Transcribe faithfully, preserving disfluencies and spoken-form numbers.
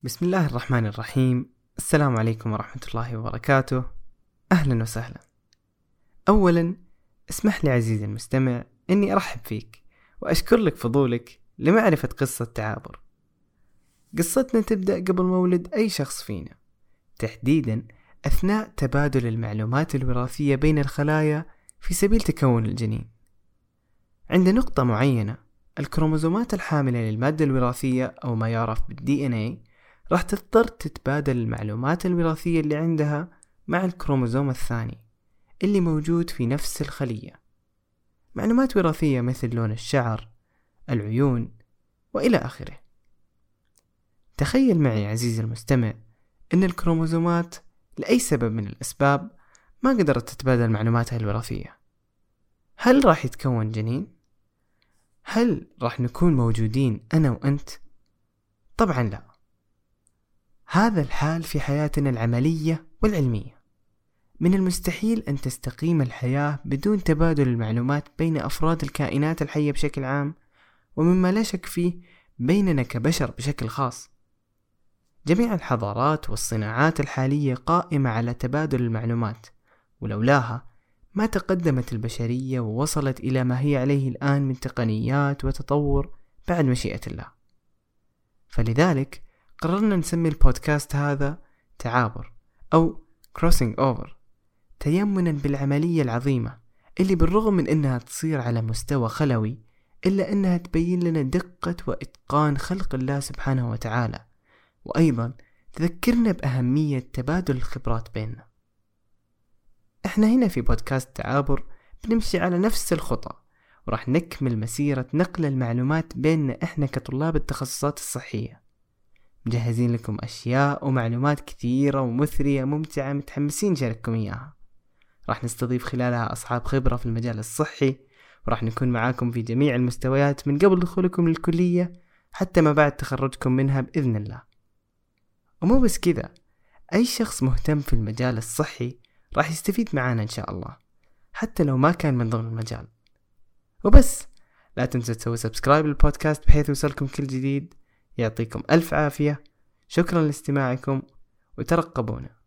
بسم الله الرحمن الرحيم. السلام عليكم ورحمة الله وبركاته. أهلا وسهلا. أولا اسمح لي عزيزي المستمع أني أرحب فيك وأشكر لك فضولك لمعرفة قصة تعابر. قصتنا تبدأ قبل مولد أي شخص فينا، تحديدا أثناء تبادل المعلومات الوراثية بين الخلايا في سبيل تكون الجنين. عند نقطة معينة الكروموزومات الحاملة للمادة الوراثية أو ما يعرف بالدي ان اي راح تضطر تتبادل المعلومات الوراثية اللي عندها مع الكروموزوم الثاني اللي موجود في نفس الخلية. معلومات وراثية مثل لون الشعر، العيون، وإلى آخره. تخيل معي عزيزي المستمع أن الكروموزومات لأي سبب من الأسباب ما قدرت تتبادل معلوماتها الوراثية. هل راح يتكون جنين؟ هل راح نكون موجودين أنا وأنت؟ طبعا لا. هذا الحال في حياتنا العملية والعلمية. من المستحيل أن تستقيم الحياة بدون تبادل المعلومات بين أفراد الكائنات الحية بشكل عام، ومما لا شك فيه بيننا كبشر بشكل خاص. جميع الحضارات والصناعات الحالية قائمة على تبادل المعلومات، ولولاها ما تقدمت البشرية ووصلت إلى ما هي عليه الآن من تقنيات وتطور بعد مشيئة الله. فلذلك قررنا نسمي البودكاست هذا تعابر أو crossing over، تيمنا بالعملية العظيمة اللي بالرغم من أنها تصير على مستوى خلوي إلا أنها تبين لنا دقة وإتقان خلق الله سبحانه وتعالى، وأيضا تذكرنا بأهمية تبادل الخبرات بيننا. احنا هنا في بودكاست تعابر بنمشي على نفس الخطى، وراح نكمل مسيرة نقل المعلومات بيننا احنا كطلاب التخصصات الصحية. مجهزين لكم أشياء ومعلومات كثيرة ومثرية ممتعة، متحمسين نشارككم إياها. راح نستضيف خلالها أصحاب خبرة في المجال الصحي، وراح نكون معاكم في جميع المستويات من قبل دخولكم للكلية حتى ما بعد تخرجكم منها بإذن الله. ومو بس كذا، أي شخص مهتم في المجال الصحي راح يستفيد معانا إن شاء الله، حتى لو ما كان من ضمن المجال. وبس، لا تنسوا تسوي سبسكرايب للبودكاست بحيث يوصلكم كل جديد. يعطيكم ألف عافية، شكرا لاستماعكم وترقبونا.